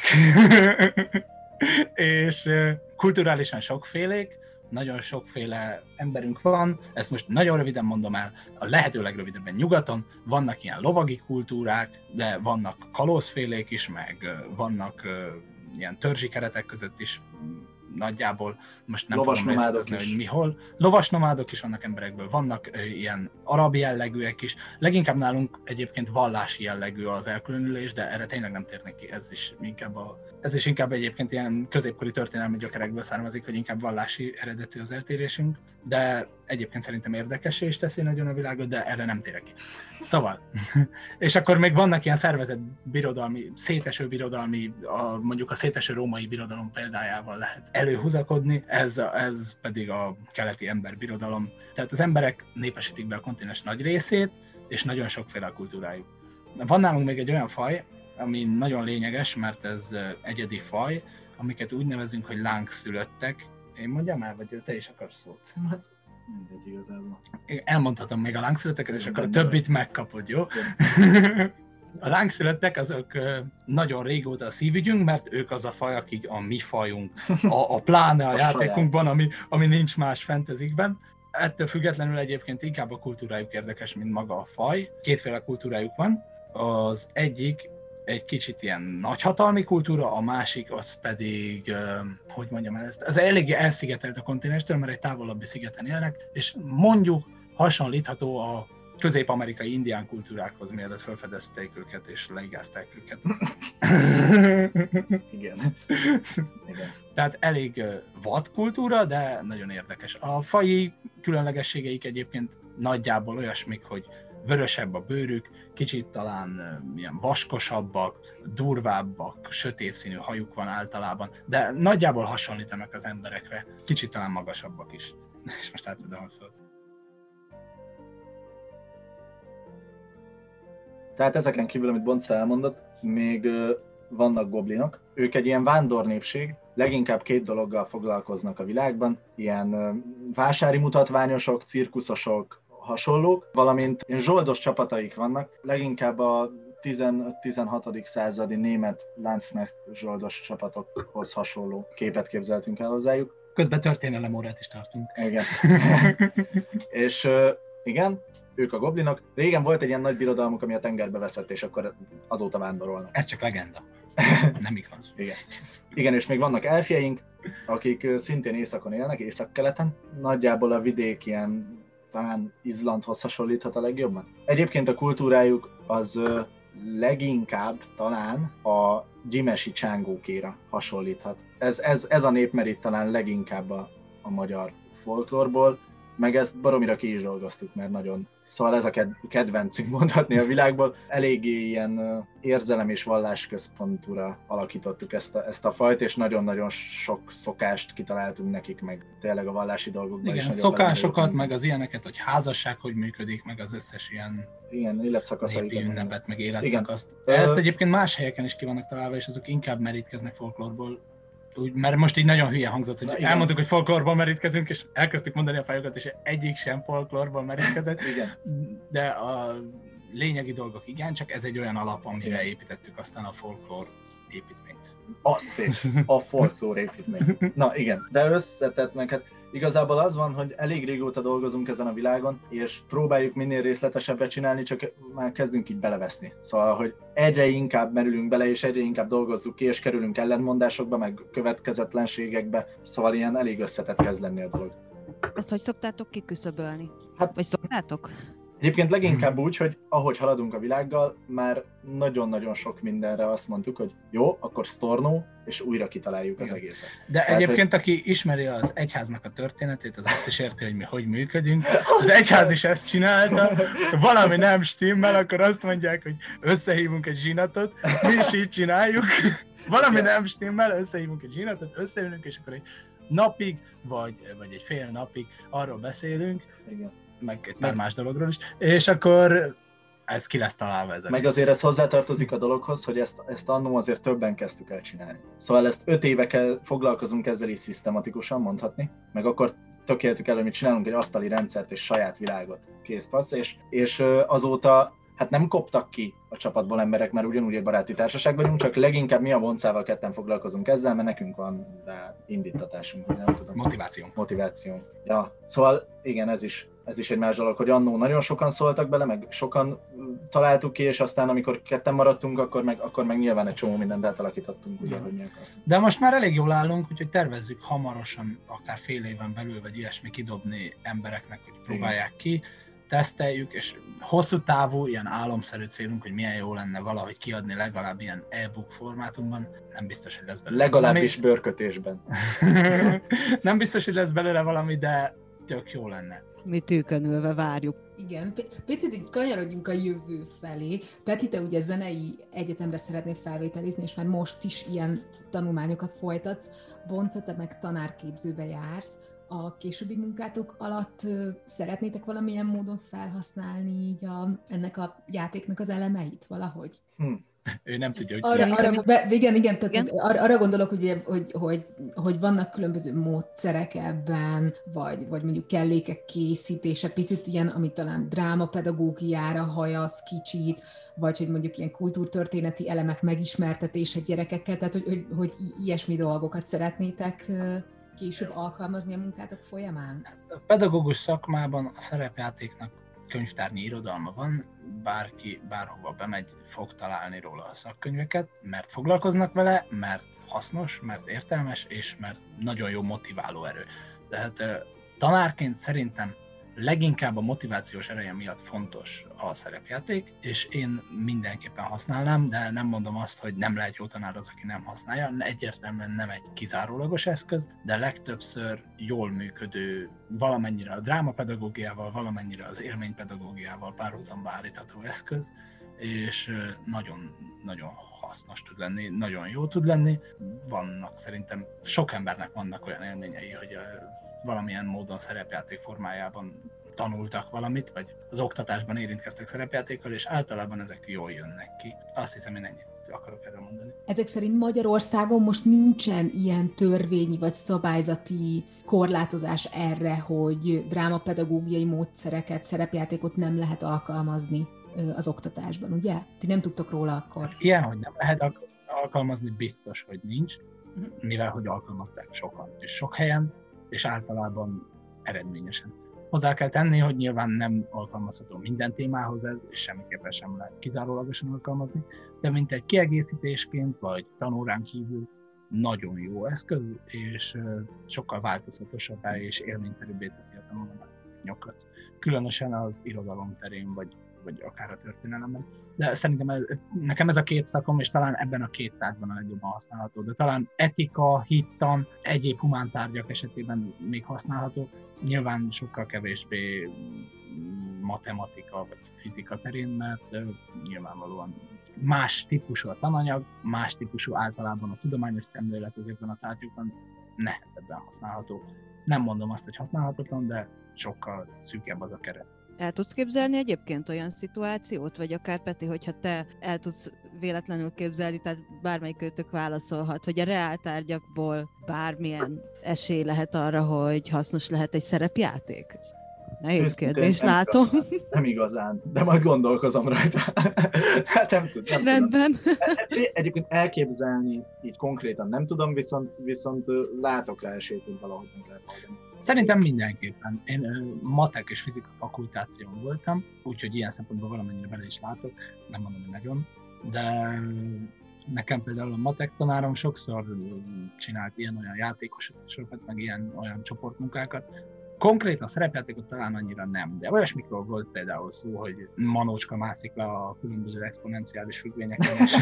E: És kulturálisan sokfélék, nagyon sokféle emberünk van, ezt most nagyon röviden mondom el, a lehető legrövidebben nyugaton, vannak ilyen lovagi kultúrák, de vannak kalózfélék is, meg vannak ilyen törzsi keretek között is nagyjából, most nem
C: lovas
E: fogom részletezni, hogy mi hol. Lovas nomádok is vannak emberekből, vannak ö, ilyen arab jellegűek is, leginkább nálunk egyébként vallási jellegű az elkülönülés, de erre tényleg nem térnek ki, ez is inkább, a, ez is inkább egyébként ilyen középkori történelmi gyökerekből származik, hogy inkább vallási eredetű az eltérésünk, de egyébként szerintem érdekessé is teszi nagyon a világot, de erre nem térek ki. Szóval, és akkor még vannak ilyen szervezett birodalmi, széteső birodalmi, a, mondjuk a széteső római birodalom példájával lehet előhúzakodni, ez, ez pedig a keleti emberbirodalom. Tehát az emberek népesítik be a kontinens nagy részét, és nagyon sokféle a kultúrájuk. Van nálunk még egy olyan faj, ami nagyon lényeges, mert ez egyedi faj, amiket úgy nevezünk, hogy lángszülöttek. Én mondjam el, vagy te is akarsz szót?
C: Hát mindegy igazából.
E: Elmondhatom még a lángszülötteket, és akkor a többit megkapod, jó? A lángszülöttek azok nagyon régóta a szívügyünk, mert ők az a faj, akik a mi fajunk, a, a pláne a, a játékunkban, ami, ami nincs más fantasyekben. Ettől függetlenül egyébként inkább a kultúrájuk érdekes, mint maga a faj. Kétféle kultúrájuk van. Az egyik egy kicsit ilyen nagyhatalmi kultúra, a másik az pedig, hogy mondjam el ezt, az eléggé elszigetelt a kontinenstől, mert egy távolabbi szigeten élnek, és mondjuk hasonlítható a közép-amerikai indián kultúrákhoz, mielőtt felfedezték őket és leigázták őket.
C: Igen. Igen.
E: Tehát elég vad kultúra, de nagyon érdekes. A faji különlegességeik egyébként nagyjából olyasmik, hogy vörösebb a bőrük, kicsit talán ilyen vaskosabbak, durvábbak, sötét színű hajuk van általában, de nagyjából hasonlítanak az emberekre, kicsit talán magasabbak is. És most átadom a szót.
C: Tehát ezeken kívül, amit Bonca elmondott, még vannak goblinok. Ők egy ilyen vándornépség, leginkább két dologgal foglalkoznak a világban, ilyen vásári mutatványosok, cirkuszosok, hasonlók, valamint ilyen zsoldos csapataik vannak, leginkább a tizenöt-tizenhatodik századi német Landsknecht zsoldos csapatokhoz hasonló képet képzeltünk el hozzájuk.
E: Közben történelemórát is tartunk.
C: Igen. És igen, ők a goblinok. Régen volt egy ilyen nagy birodalmuk, ami a tengerbe veszett, és akkor azóta vándorolnak.
E: Ez csak legenda. Nem igaz.
C: Igen. Igen, és még vannak elfjeink, akik szintén északon élnek, északkeleten. Nagyjából a vidék ilyen, talán Izlandhoz hasonlíthat a legjobban. Egyébként a kultúrájuk az leginkább talán a gyimesi csángókéra hasonlíthat. Ez, ez, ez a nép merít talán leginkább a, a magyar folklórból, meg ezt baromira ki is dolgoztuk, mert nagyon... Szóval ez a kedvencünk mondhatni a világból. Eléggé ilyen érzelem és vallás központúra alakítottuk ezt a, ezt a fajt, és nagyon-nagyon sok szokást kitaláltunk nekik, meg tényleg a vallási dolgokban is.
E: Igen, szokásokat, meg az ilyeneket, hogy házasság hogy működik, meg az összes ilyen
C: igen, életszakaszaikat.
E: Népi ünnepet, meg életszakaszt. Ezt egyébként más helyeken is ki vannak találva, és azok inkább merítkeznek folklórból. Úgy, mert most így nagyon hülye hangzott, hogy na, elmondtuk, hogy folklórban merítkezünk, és elkezdtük mondani a fajokat, és egyik sem folklórban merítkezett.
C: Igen.
E: De a lényegi dolgok igen, csak ez egy olyan alap, amire építettük aztán a folklór építményt.
C: Az szép, a folklór építmény. Na igen, de összetett meg, hát igazából az van, hogy elég régóta dolgozunk ezen a világon, és próbáljuk minél részletesebbre csinálni, csak már kezdünk így beleveszni. Szóval, hogy egyre inkább merülünk bele, és egyre inkább dolgozzuk ki, és kerülünk ellentmondásokba, meg következetlenségekbe. Szóval ilyen elég összetett kezd lenni a dolog.
A: Ezt hogy szoktátok kiküszöbölni?
C: Hát,
A: vagy szoktátok?
C: Egyébként leginkább úgy, hogy ahogy haladunk a világgal, már nagyon-nagyon sok mindenre azt mondtuk, hogy jó, akkor sztornó, és újra kitaláljuk az egészet.
E: De Tehát, egyébként, hogy... aki ismeri az egyháznak a történetét, az azt is érti, hogy mi hogy működünk. Az egyház is ezt csinálta, ha valami nem stimmel, akkor azt mondják, hogy összehívunk egy zsinatot, mi is így csináljuk. Valami nem stimmel, összehívunk egy zsinatot, összeülünk, és akkor egy napig, vagy, vagy egy fél napig arról beszélünk,
C: igen.
E: meg egy pár más dologról is, és akkor ez ki lesz találva ezek.
C: Meg azért ez hozzátartozik a dologhoz, hogy ezt, ezt annó azért többen kezdtük el csinálni. Szóval ezt öt éve foglalkozunk ezzel is szisztematikusan mondhatni, meg akkor tökéltük el, hogy mit csinálunk, egy asztali rendszert és saját világot, kész passz, és, és azóta hát nem koptak ki a csapatból emberek, mert ugyanúgy egy baráti társaság vagyunk, csak leginkább mi a Boncával ketten foglalkozunk ezzel, mert nekünk van rá indítatásunk, nem tudom.
E: Motiváció.
C: Motiváció. Ja, szóval igen, ez is, ez is egy más dolog, hogy annó nagyon sokan szóltak bele, meg sokan találtuk ki, és aztán amikor ketten maradtunk, akkor meg, akkor meg nyilván egy csomó mindent átalakítottunk, ugye, hogy mi akartunk.
E: De most már elég jól állunk, úgyhogy tervezzük hamarosan, akár fél éven belül, vagy ilyesmi kidobni embereknek, hogy próbálják ki, teszteljük, és hosszú távú, ilyen álomszerű célunk, hogy milyen jó lenne valahogy kiadni legalább ilyen e-book formátumban. Nem biztos, hogy lesz belőle
C: legalábbis valami. Bőrkötésben.
E: Nem biztos, hogy lesz belőle valami, de tök jó lenne.
A: Mi tűkön ülve várjuk.
D: Igen, picit így kanyarodjunk a jövő felé. Peti, te ugye zenei egyetemre szeretnél felvételizni, és már most is ilyen tanulmányokat folytatsz. Bonca, te meg tanárképzőbe jársz. A későbbi munkátok alatt szeretnétek valamilyen módon felhasználni így a, ennek a játéknak az elemeit valahogy?
C: Hm.
E: Ő nem tudja, hogy...
D: Arra, arra, be, igen, igen, tehát igen? Arra, arra gondolok, hogy, hogy, hogy, hogy vannak különböző módszerek ebben, vagy, vagy mondjuk kellékek készítése, picit ilyen, amit talán drámapedagógiára hajasz kicsit, vagy hogy mondjuk ilyen kultúrtörténeti elemek megismertetése gyerekekkel, tehát hogy, hogy, hogy ilyesmi dolgokat szeretnétek később alkalmazni a munkátok folyamán?
E: A pedagógus szakmában a szerepjátéknak könyvtárnyi irodalma van, bárki bárhova bemegy, fog találni róla a szakkönyveket, mert foglalkoznak vele, mert hasznos, mert értelmes, és mert nagyon jó motiváló erő. Tehát tanárként szerintem leginkább a motivációs ereje miatt fontos a szerepjáték, és én mindenképpen használnám, de nem mondom azt, hogy nem lehet jó tanár az, aki nem használja. Egyértelműen nem egy kizárólagos eszköz, de legtöbbször jól működő, valamennyire a drámapedagógiával, valamennyire az élménypedagógiával párhuzamba állítható eszköz, és nagyon, nagyon hasznos tud lenni, nagyon jó tud lenni. Vannak szerintem, sok embernek vannak olyan élményei, hogy valamilyen módon szerepjáték formájában tanultak valamit, vagy az oktatásban érintkeztek szerepjátékkal, és általában ezek jól jönnek ki. Azt hiszem, én ennyit akarok erről mondani.
D: Ezek szerint Magyarországon most nincsen ilyen törvényi vagy szabályzati korlátozás erre, hogy drámapedagógiai módszereket, szerepjátékot nem lehet alkalmazni az oktatásban, ugye? Ti nem tudtok róla akkor?
E: Ilyen, hogy nem lehet alkalmazni, biztos, hogy nincs, mivel hogy alkalmazták sokan, és sok helyen, és általában eredményesen. Hozzá kell tenni, hogy nyilván nem alkalmazható minden témához ez, és semmiképpen sem lehet kizárólagosan alkalmazni, de mint egy kiegészítésként, vagy tanórán kívül nagyon jó eszköz, és sokkal változatosabbá és élményszerűbbé teszi a tanulmányokat. Különösen az irodalom terén, vagy, vagy akár a történelemben. De szerintem ez, nekem ez a két szakom, és talán ebben a két tárgyban a legjobban használható. De talán etika, hittan, egyéb humántárgyak esetében még használható. Nyilván sokkal kevésbé matematika vagy fizika terén, mert nyilvánvalóan más típusú a tananyag, más típusú általában a tudományos szemlélet ezekben a tárgyakban nehezebben használható. Nem mondom azt, hogy használhatatlan, de sokkal szűkebb az a keret.
A: El tudsz képzelni egyébként olyan szituációt, vagy akár Peti, hogyha te el tudsz véletlenül képzelni, tehát bármelyik őtök válaszolhat, hogy a reáltárgyakból bármilyen esély lehet arra, hogy hasznos lehet egy szerepjáték? Nehéz kérdés,
C: nem
A: látom.
C: Igazán, nem igazán, de majd gondolkozom rajta. Hát nem, tud, nem
A: Rendben.
C: tudom. Egyébként elképzelni így konkrétan nem tudom, viszont, viszont látok rá esélyt, hogy valahogy meg lehet hallani.
E: Szerintem mindenképpen. Én matek és fizika fakultáción voltam, úgyhogy ilyen szempontból valamennyire bele is látok, nem mondom, hogy nagyon, de nekem például a matek tanárom sokszor csinált ilyen-olyan játékosokat, meg ilyen-olyan csoportmunkákat. Konkrétan szerepjátékot talán annyira nem, de olyasmikről volt például szó, hogy manócska mászik le a különböző exponenciális függvényeken, és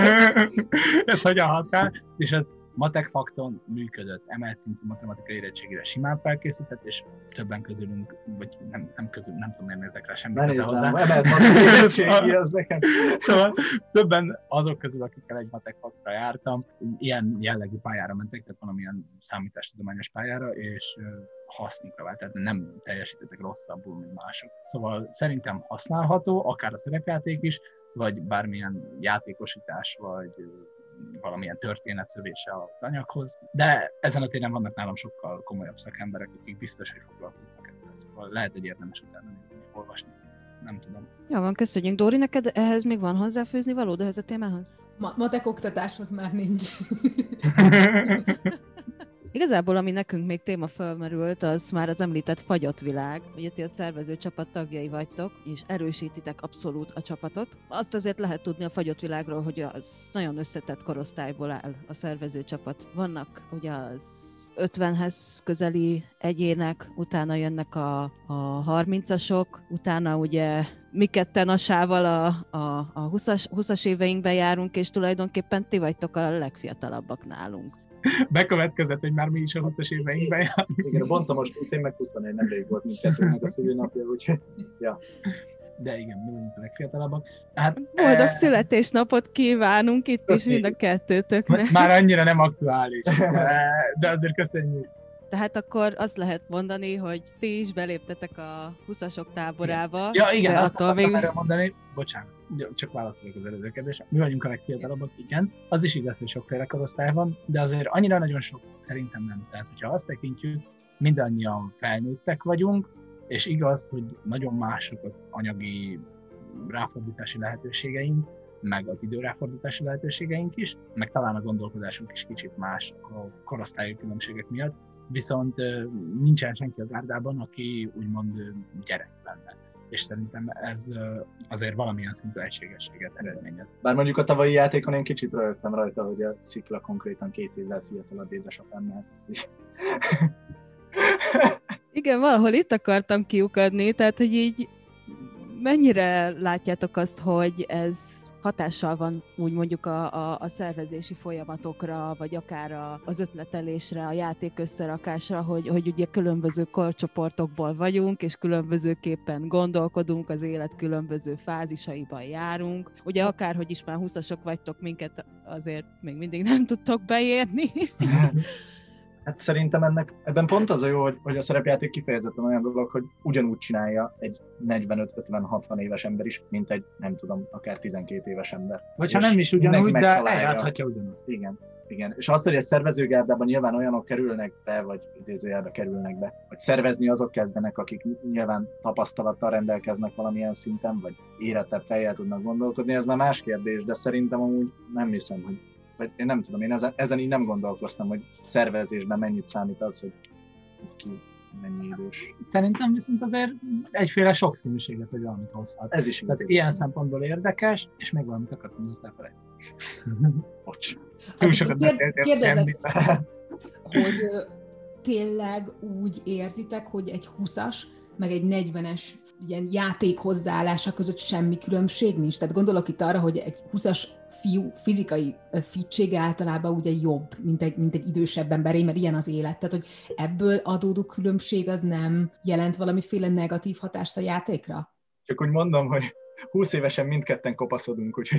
E: ez hogyan hatál, és ez matek fakton működött, emelt szintű matematikai érettségére simán felkészített, és többen közülünk, vagy nem, nem közül, nem tudom, nem ezekre semmi köze hozzá.
C: Emelt matematikai érettségi, az nekem.
E: Szóval többen azok közül, akikkel egy matek faktra jártam, ilyen jellegű pályára mentek, tehát valamilyen számítástudományos pályára, és hasznukra vált, tehát nem teljesítettek rosszabbul, mint mások. Szóval szerintem használható, akár a szerepjáték is, vagy bármilyen játékosítás, vagy valamilyen történetszövése az anyaghoz, de ezen a téren vannak nálam sokkal komolyabb szakemberek, akik biztos, hogy foglalkoznak ezzel, szóval lehet, hogy érdemes utána olvasni. Nem tudom.
A: Ja, van, köszönjük. Dóri, neked ehhez még van hozzáfűzni valód ehhez a témához?
D: Ma- matek oktatáshoz már nincs.
A: Igazából, ami nekünk még téma felmerült, az már az említett fagyott világ. Ugye ti a szervező csapat tagjai vagytok, és erősítitek abszolút a csapatot. Azt azért lehet tudni a fagyott világról, hogy az nagyon összetett korosztályból áll a szervező csapat. Vannak ugye az ötvenhez közeli egyének, utána jönnek a, a harmincasok, utána ugye mi ketten a Sával a, a, a húszas éveinkben járunk, és tulajdonképpen ti vagytok a legfiatalabbak nálunk.
E: Bekövetkezett, hogy már mi is a húszas éveinkben járunk.
C: Igen, a Bonca most húsz, én meg huszonegy, nemrég volt mindkettőnek a szülőnapja, úgyhogy ja.
E: De igen, mi vagyunk a legfiatalabbak. Hát,
A: Boldog
E: e...
A: születésnapot kívánunk itt is mind a kettőtöknek.
E: Már annyira nem aktuális, de, de azért köszönjük.
A: Tehát akkor azt lehet mondani, hogy ti is beléptetek a húszasok táborába.
E: Ja, igen,
A: de
E: azt
A: attól még...
E: erre mondani, bocsánat, csak válaszolok az előző kérdésre. Mi vagyunk a legfiatalabbak, igen. Az is igaz, hogy sokféle korosztály van, de azért annyira nagyon sok szerintem nem. Tehát, hogyha azt tekintjük, mindannyian felnőttek vagyunk, és igaz, hogy nagyon mások az anyagi ráfordítási lehetőségeink, meg az időráfordítási lehetőségeink is, meg talán a gondolkodásunk is kicsit más a korosztályi különbségek miatt, viszont nincsen senki a gárdában, aki úgymond gyerek lenne. És szerintem ez azért valamilyen szintű egységességet eredményez.
C: Bár mondjuk a tavalyi játékon én kicsit rögtem rajta, hogy a Szikla konkrétan két évvel fiatalabb édesapámnál.
A: Igen, valahol itt akartam kiukadni, tehát hogy így mennyire látjátok azt, hogy ez hatással van úgy mondjuk a, a, a szervezési folyamatokra, vagy akár a, az ötletelésre, a játék összerakásra, hogy, hogy ugye különböző korcsoportokból vagyunk, és különbözőképpen gondolkodunk, az élet különböző fázisaiban járunk. Ugye akárhogy is már húszasok vagytok, minket azért még mindig nem tudtok beérni.
C: Hát szerintem ennek, ebben pont az a jó, hogy, hogy a szerepjáték kifejezetten olyan dolog, hogy ugyanúgy csinálja egy negyvenöt-ötven-hatvan éves ember is, mint egy, nem tudom, akár tizenkét éves ember.
E: Vagy ha nem is ugyanúgy, de eljátszhatja ugyanúgy.
C: Igen, igen. És az, hogy a szervezőgárdában nyilván olyanok kerülnek be, vagy idézőjelbe kerülnek be, hogy szervezni azok kezdenek, akik nyilván tapasztalattal rendelkeznek valamilyen szinten, vagy érettebb fejjel tudnak gondolkodni, ez már más kérdés, de szerintem amúgy nem hiszem, hogy vagy én nem tudom, én ezen, ezen így nem gondolkoztam, hogy szervezésben mennyit számít az, hogy ki mennyi idős.
E: Szerintem viszont azért egyféle sokszínűséget, hogy valamit hozhat.
C: Ez is igaz.
E: Tehát ilyen szempontból érdekes, és még valamit akartam, hogy azt elfelejtem.
C: Bocs.
D: Túl sokat kérdezek, hogy tényleg úgy érzitek, hogy egy húszas, meg egy negyvenes ilyen játék hozzáállása között semmi különbség nincs? Tehát gondolok itt arra, hogy egy húszas fiú fizikai fittsége általában ugye jobb, mint egy, mint egy idősebb emberé, mert ilyen az élet. Tehát, hogy ebből adódó különbség az nem jelent valamiféle negatív hatást a játékra?
C: Csak úgy mondom, hogy húsz évesen mindketten kopaszodunk, úgyhogy...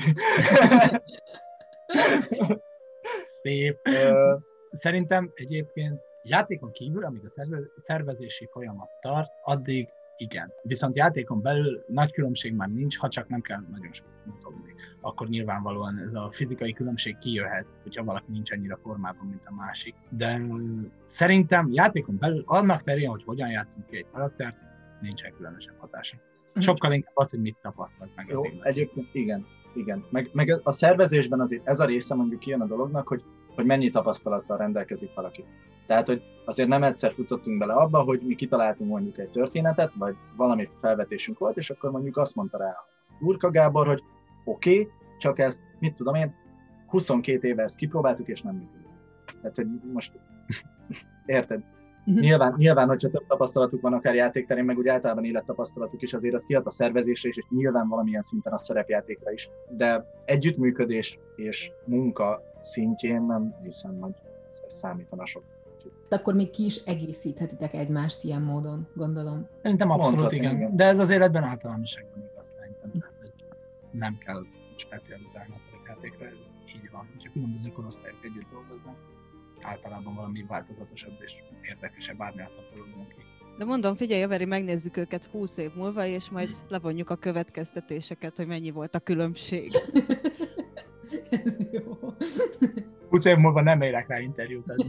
E: Szép. Szerintem egyébként játékon kívül, amíg a szervezési folyamat tart, addig igen. Viszont játékon belül nagy különbség már nincs, ha csak nem kell nagyon sokat mozogni. Akkor nyilvánvalóan ez a fizikai különbség kijöhet, hogyha valaki nincs annyira formában, mint a másik. De szerintem játékon belül annak terén, hogy hogyan játszunk ki egy karaktert, nincsen különösebb hatása. Sokkal inkább az, hogy mit tapasztalt meg.
C: Jó, egyébként igen. igen. Meg, meg a szervezésben azért ez a része mondjuk ilyen a dolognak, hogy, hogy mennyi tapasztalattal rendelkezik valaki. Tehát, hogy azért nem egyszer futottunk bele abba, hogy mi kitaláltunk mondjuk egy történetet, vagy valami felvetésünk volt, és akkor mondjuk azt mondta rá Urka Gábor, hogy oké, okay, csak ezt, mit tudom én, huszonkét éve ezt kipróbáltuk, és nem működik. Tehát, hogy most érted? Nyilván, nyilván, hogyha több tapasztalatuk van akár játékterén, meg úgy általában élettapasztalatuk is, azért az kiad a szervezésre is, és nyilván valamilyen szinten a szerepjátékra is. De együttműködés és munka szintjén nem hiszem, hogy ez számítana sok.
D: Akkor még ki is egészíthetitek egymást ilyen módon, gondolom.
E: Szerintem abszolút igen. igen, de ez az életben általánosságban igaz szerintem. Ez nem kell specializálni a szerepjátékra, ez így van. Ha különböző korosztályok együtt dolgoznak, általában valami változatosabb és érdekesebb árnyalatot dolgozunk ki.
A: De mondom, figyelj, Javeri, megnézzük őket húsz év múlva, és majd levonjuk a következtetéseket, hogy mennyi volt a különbség.
D: Ez jó.
E: húsz év múlva nem érek rá interjút adni.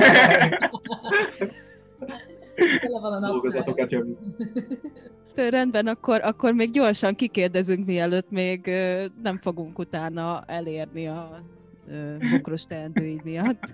D: Tele van a
C: Dolgozatokat jövő.
A: Rendben, akkor, akkor még gyorsan kikérdezünk, mielőtt még ö, nem fogunk utána elérni a ö, bokros teendőid miatt.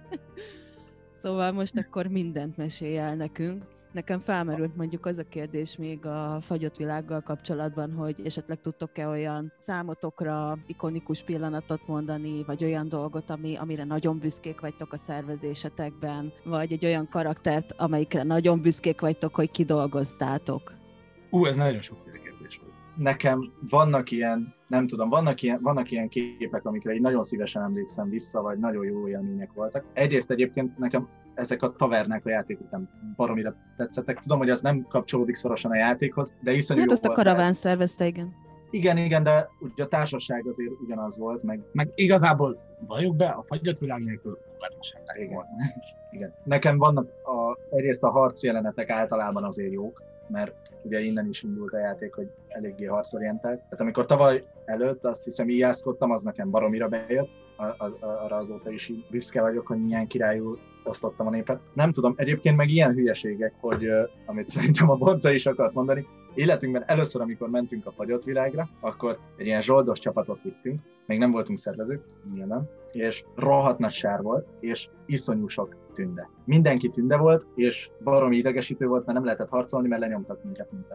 A: Szóval most akkor mindent mesélj el nekünk. Nekem felmerült mondjuk az a kérdés még a fagyott világgal kapcsolatban, hogy esetleg tudtok-e olyan számotokra ikonikus pillanatot mondani, vagy olyan dolgot, ami, amire nagyon büszkék vagytok a szervezésetekben, vagy egy olyan karaktert, amelyikre nagyon büszkék vagytok, hogy kidolgoztátok.
E: Ú, ez nagyon sok kérdés volt.
C: Nekem vannak ilyen, nem tudom, vannak ilyen, vannak ilyen képek, amikre így nagyon szívesen emlékszem vissza, vagy nagyon jó élmények voltak. Egyrészt egyébként nekem ezek a tavernák a játék után baromira tetszettek. Tudom, hogy az nem kapcsolódik szorosan a játékhoz, de iszonyú
A: Hát
C: jó
A: azt a
C: volt.
A: karaván szervezte, igen.
C: Igen, igen, de ugye a társaság azért ugyanaz volt, meg
E: Meg igazából, valljuk be, a fagyott világ nélkül sem
C: igen. igen. Nekem vannak a, egyrészt a harc jelenetek általában azért jók, mert ugye innen is indult a játék, hogy eléggé harcorientált. Tehát amikor tavaly előtt azt hiszem íjászkodtam, az nekem baromira bejött, a, a, arra azóta is így büszke vagyok, hogy milyen királyul osztottam a népet. Nem tudom, egyébként meg ilyen hülyeségek, hogy uh, amit szerintem a Bonca is akart mondani, életünkben először, amikor mentünk a fagyott világra, akkor egy ilyen zsoldos csapatot vittünk, még nem voltunk szervezők, nyilván, és rohadt nagy sár volt, és iszonyú sok tünde. Mindenki tünde volt, és baromi idegesítő volt, mert nem lehetett harcolni, mert lenyomtak minket minket.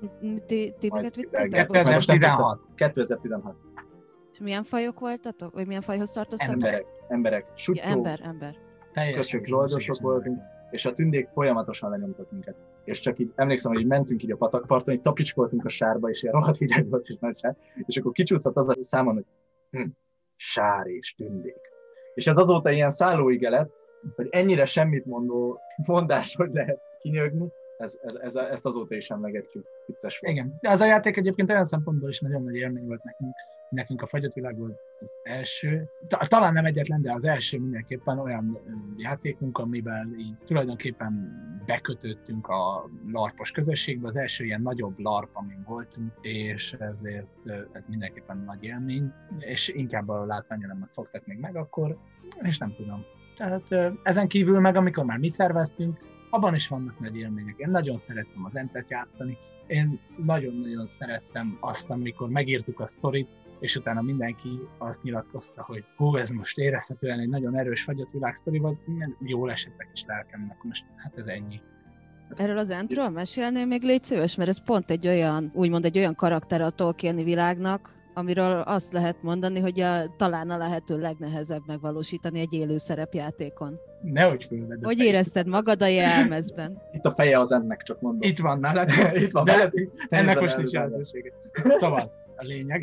A: Ti, ti
C: Majd
A: minket
C: kivágják.
A: vittetek?
E: kétezer-tizenhat.
C: kétezer-tizenhat.
A: És milyen fajok voltatok? Vagy milyen fajhoz tartoztatok?
C: Emberek, emberek,
A: Ja,
C: sutyó,
A: ember, ember.
C: köcsök, zsoldosok voltunk, és a tündék folyamatosan lenyomtak minket. És csak így emlékszem, hogy így mentünk így a patakparton, így tapicskoltunk a sárba, és ilyen rohadt hideg volt, és nagy sár, és akkor kicsúszott az a számon, hogy hm, sár és tündék. És ez azóta ilyen szállóige lett, hogy ennyire semmit mondó mondást, hogy lehet kinyögni, ez, ez, ez, ezt azóta is emlegetjük, vicces volt.
E: Igen, de az a játék egyébként olyan szempontból is nagyon nagy élmény volt nekünk. Nekünk a fagyott világ volt az első, talán nem egyetlen, de az első mindenképpen olyan játékunk, amivel így tulajdonképpen bekötöttünk a larpos közösségbe, az első ilyen nagyobb larp, amin voltunk, és ezért ez mindenképpen nagy élmény, és inkább a látványelemet fogtak még meg akkor, és nem tudom. Tehát ezen kívül meg, amikor már mi szerveztünk, abban is vannak nagy élmények. Én nagyon szerettem az entet játszani, én nagyon-nagyon szerettem azt, amikor megírtuk a sztorit, és utána mindenki azt nyilatkozta, hogy hú, ez most érezhetően egy nagyon erős fagyott világ sztori volt, jól esettek is lelkemnek, most hát ez ennyi.
A: Erről az Entről mesélnél még, légy szíves, mert ez pont egy olyan, úgymond egy olyan karakter a Tolkieni világnak, amiről azt lehet mondani, hogy a, talán a lehető legnehezebb megvalósítani egy élő szerepjátékon.
E: Nehogy fölvedd.
A: Hogy érezted magad a jelmezben?
C: Itt a feje az ennek, csak mondom.
E: Itt van mellett.
C: Itt van
E: de
C: mellett.
E: Ennek most nincs lehetősége. Szóval a lényeg,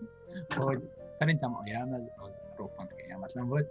E: hogy szerintem a jelmez az roppant kényelmetlen volt,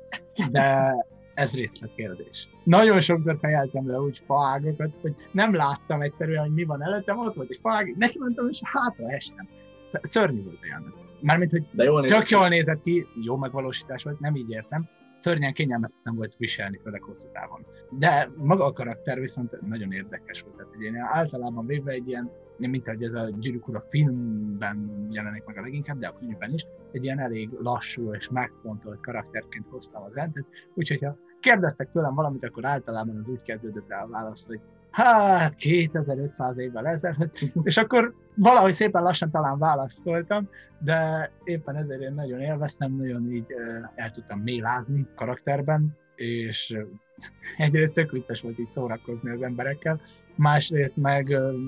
E: de ez részletkérdés. Nagyon sokszor fejeltem le úgy faágokat, hogy nem láttam egyszerűen, hogy mi van előttem, ott volt egy faág, neki mentem, és hátra estem. Szörnyű volt a jelmez. Mármint, hogy
C: de jól
E: tök jól nézett ki, jó megvalósítás volt, nem így értem. Szörnyen kényelmetlen volt viselni, főleg hosszú távon. De maga a karakter viszont nagyon érdekes volt. Tehát én általában véve egy ilyen, mint ahogy ez a Gyűrűk Ura filmben jelenik meg a leginkább, de a könyvben is, egy ilyen elég lassú és megfontolt karakterként hoztam az entet. Úgyhogy ha kérdeztek tőlem valamit, akkor általában az úgy kezdődött el a válasz, hogy hát kétezer-ötszáz évvel ezelőtt, és akkor valahogy szépen lassan talán válaszoltam, de éppen ezért én nagyon élveztem, nagyon így el tudtam mélázni karakterben, és egyrészt tök vicces volt így szórakozni az emberekkel, másrészt meg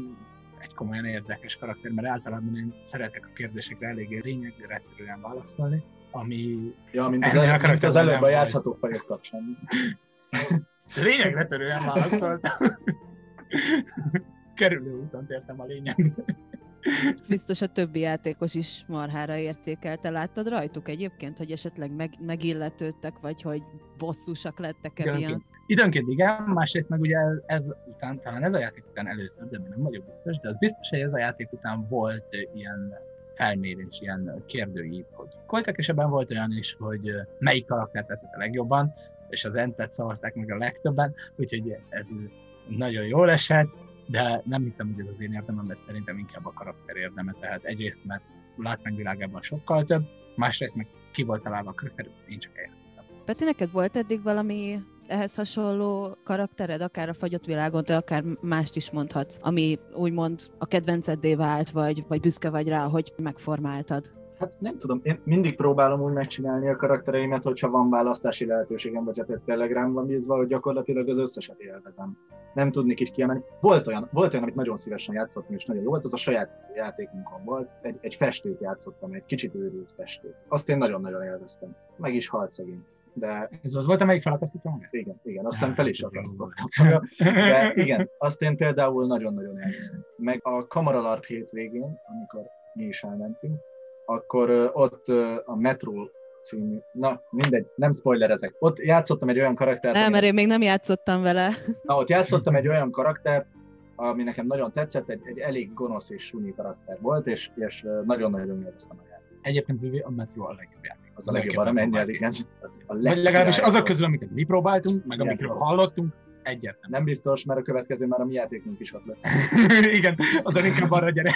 E: egy komolyan érdekes karakter, mert általában én szeretek a kérdésekre eléggé lényegre rettenően válaszolni, ami...
C: Ja, mint az, el, mint az előbb a játszható fajok kapcsán.
E: Lényegre törően válaszoltam. Kerülő úton tértem a lényegre.
A: Biztos a többi játékos is marhára értékelte. Láttad rajtuk egyébként, hogy esetleg meg, megilletődtek, vagy hogy bosszúsak lettek-e ilyen?
E: Időnként igen, másrészt meg ugye ez, ez után, talán ez a játék után először, de nem vagyok biztos, de az biztos, hogy ez a játék után volt ilyen felmérés, ilyen kérdőív, hogy voltak, és ebben volt olyan is, hogy melyik karakter tetszett a legjobban, és az entet szavazták meg a legtöbben, úgyhogy ez nagyon jól esett, de nem hiszem, hogy ez az én érdemem, ez szerintem inkább a karakter érdeme, tehát egyrészt, mert látványvilágában sokkal több, másrészt meg ki volt találva a karakter, én csak eljátszottam.
A: Peti, neked volt eddig valami ehhez hasonló karaktered, akár a fagyott világon, de akár mást is mondhatsz, ami úgymond a kedvenceddé vált, vagy, vagy büszke vagy rá, hogy megformáltad?
C: Hát nem tudom, én mindig próbálom úgy megcsinálni a karaktereimet, hogyha van választási lehetőségem, vagy hát tényleg rám van bízva, hogy gyakorlatilag az összeset élvezem. Nem tudnék itt kiemelni. Volt olyan, volt olyan, amit nagyon szívesen játszottam, és nagyon jó volt, az a saját játékunkon volt. Egy, egy festőt játszottam, egy kicsit őrült festőt. Azt én nagyon-nagyon élveztem. Meg is halt szegény. De...
E: Ez az volt, amelyik felakasztottam magát?
C: Igen, igen, aztán fel is akasztottam magam. De igen, azt én például nagyon-nagyon élveztem. Meg a Kamaralarp hétvégén, amikor mi is elmentünk, akkor uh, ott uh, a Metro című, na mindegy, nem spoilerezek. Ott játszottam egy olyan karaktert.
A: Nem, mert én még nem játszottam vele.
C: Na, ott játszottam egy olyan karaktert, ami nekem nagyon tetszett, egy, egy elég gonosz és sunyi karakter volt, és, és uh, nagyon-nagyon élveztem a játékot.
E: Egyébként a Metro a legjobb játék.
C: Az a legjobb, arra menjél, igen. Az a
E: Vagy legalábbis azok közül, amiket mi próbáltunk, meg amikről hallottunk, egyértelmű.
C: Nem biztos, mert a következő már a mi játékunk is ott lesz.
E: Igen, azon inkább arra gyere.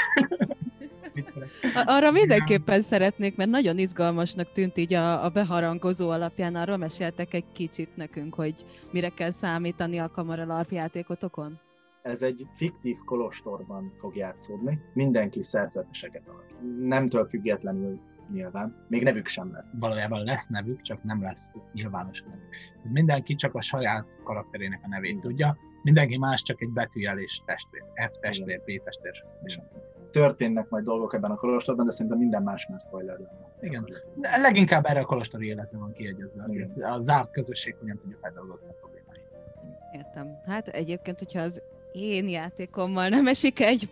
A: Arra mindenképpen szeretnék, mert nagyon izgalmasnak tűnt így a, a beharangozó alapján. Arról meséltek egy kicsit nekünk, hogy mire kell számítani a Kamaralarp játékotokon?
C: Ez egy fiktív kolostorban fog játszódni. Mindenki szerzeteseket alakít. Nemtől függetlenül nyilván. Még nevük sem lesz.
E: Valójában lesz nevük, csak nem lesz nyilvános nevük. Mindenki csak a saját karakterének a nevét tudja, mindenki más csak egy betűjelés testvér. F testvér, B testvér, és
C: történnek majd dolgok ebben a kolostorban, de szerintem minden más már spoiler lenne.
E: Igen. De leginkább erre a kolostori életre van kiegyezve. A zárt közösség hogyan tudja feldolgozni a problémáit.
A: Értem. Hát egyébként, hogyha az én játékommal nem esik egybe,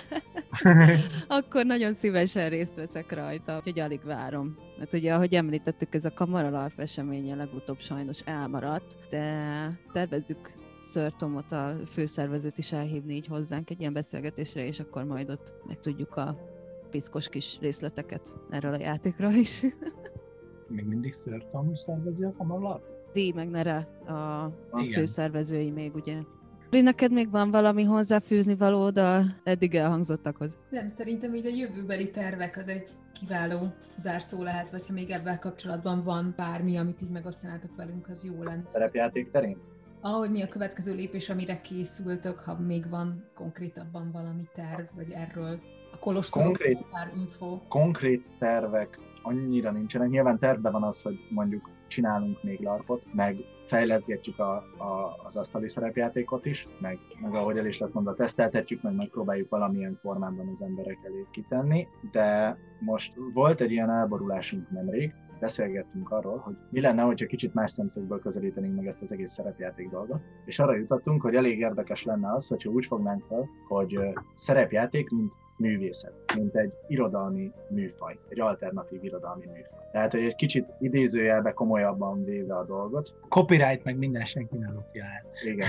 A: akkor nagyon szívesen részt veszek rajta, úgyhogy alig várom. Mert ugye, ahogy említettük, ez a Kamaralarp eseménye legutóbb sajnos elmaradt, de tervezzük Sir Tomot, a főszervezőt is elhívni így hozzánk egy ilyen beszélgetésre, és akkor majd ott megtudjuk a piszkos kis részleteket erről a játékról is.
E: Még mindig Sir Tom szervezi a Kamaralarp?
A: Dí meg Nere a, a
E: Igen.
A: főszervezői még, ugye. Neked még van valami hozzáfűzni valód a eddig elhangzottakhoz?
D: Nem, szerintem így a jövőbeli tervek az egy kiváló zárszó lehet, vagy ha még ebben kapcsolatban van bármi, amit így megosztanátok velünk, az jó lenne.
C: Szerepjáték terén?
D: Ahogy mi a következő lépés, amire készültök, ha még van konkrétabban valami terv, vagy erről a kolostorról
C: Konkrét,
D: pár info.
C: Konkrét tervek annyira nincsenek. Nyilván tervben van az, hogy mondjuk csinálunk még larpot, meg fejleszgetjük a, a, az asztali szerepjátékot is, meg, meg ahogy el is lett mondva, teszteltetjük, meg megpróbáljuk valamilyen formában az emberek elé kitenni, de most volt egy ilyen elborulásunk nemrég, beszélgettünk arról, hogy mi lenne, hogyha kicsit más szemszögből közelítenénk meg ezt az egész szerepjáték dolgot, és arra jutottunk, hogy elég érdekes lenne az, hogyha úgy fognánk fel, hogy szerepjáték, mint művészet, mint egy irodalmi műfaj, egy alternatív irodalmi műfaj. Tehát, hogy egy kicsit idézőjelbe komolyabban véve a dolgot.
E: Copyright meg minden senki nem lopja el.
C: Igen.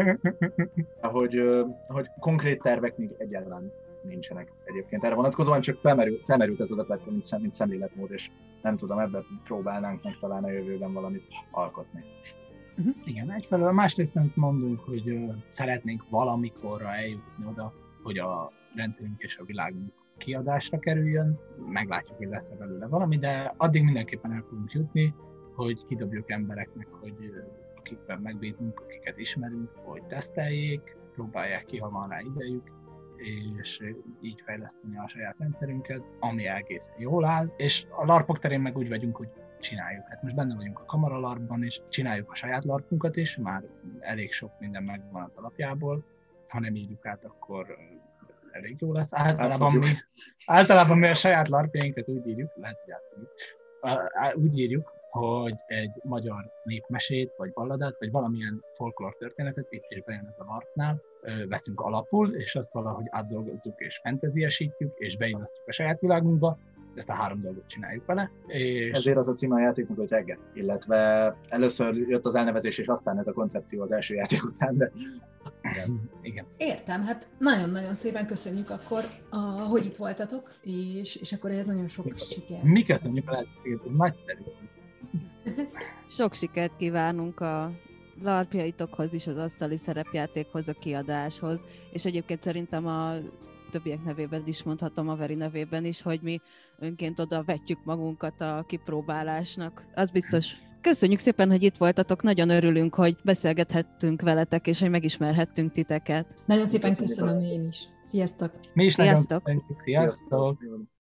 C: hogy, hogy konkrét tervek még egyáltalán nincsenek egyébként. Erre vonatkozóan csak felmerült, felmerült ez az ötlet, mint, szem, mint szemléletmód, és nem tudom, ebben próbálnánk meg talán a jövőben valamit alkotni.
E: Uh-huh. Igen, egyfelől másrészt, amit mondunk, hogy uh, szeretnénk valamikorra eljutni oda, hogy a rendszerünk és a világunk kiadásra kerüljön, meglátjuk, hogy lesz-e belőle valami, de addig mindenképpen el fogunk jutni, hogy kidobjuk embereknek, hogy uh, akikben megbízunk, akiket ismerünk, hogy teszteljék, próbálják ki, ha van rá idejük, és így fejleszteni a saját rendszerünket, ami egészen jól áll, és a larpok terén meg úgy vagyunk, hogy csináljuk. Hát most benne vagyunk a Kamaralarpban, és csináljuk a saját larpunkat is, már elég sok minden megvan az alapjából, ha nem írjuk át, akkor elég jó lesz. Általában mi, általában mi a saját larpjainkat úgy írjuk, lehet, hogy átírjuk, úgy írjuk, hogy egy magyar népmesét, vagy balladát, vagy valamilyen folklór történetet, itt is bejön ez a larpnál, veszünk alapul, és azt valahogy átdolgozzuk és fantasyesítjük, és beillesztjük a saját világunkba, ezt a három dolgot csináljuk vele. És...
C: Ezért az a címe a játéknak, hogy Egget, illetve először jött az elnevezés, és aztán ez a koncepció az első játék után, de...
E: Igen. Igen.
D: Értem, hát nagyon-nagyon szépen köszönjük akkor, a, hogy itt voltatok, és, és akkor ehhez nagyon sok sikert.
E: Mi köszönjük a lehetőséget, ez nagyszerű.
A: Sok sikert kívánunk a larpjaitokhoz is, az asztali szerepjátékhoz, a kiadáshoz, és egyébként szerintem a többiek nevében is mondhatom, a Veri nevében is, hogy mi önként oda vetjük magunkat a kipróbálásnak. Az biztos. Köszönjük szépen, hogy itt voltatok, nagyon örülünk, hogy beszélgethettünk veletek, és hogy megismerhettünk titeket.
D: Nagyon szépen
C: Köszönjük.
D: köszönöm én is. Sziasztok!
E: Mi is
A: Sziasztok.
E: nagyon köszönjük. Sziasztok!
C: Sziasztok.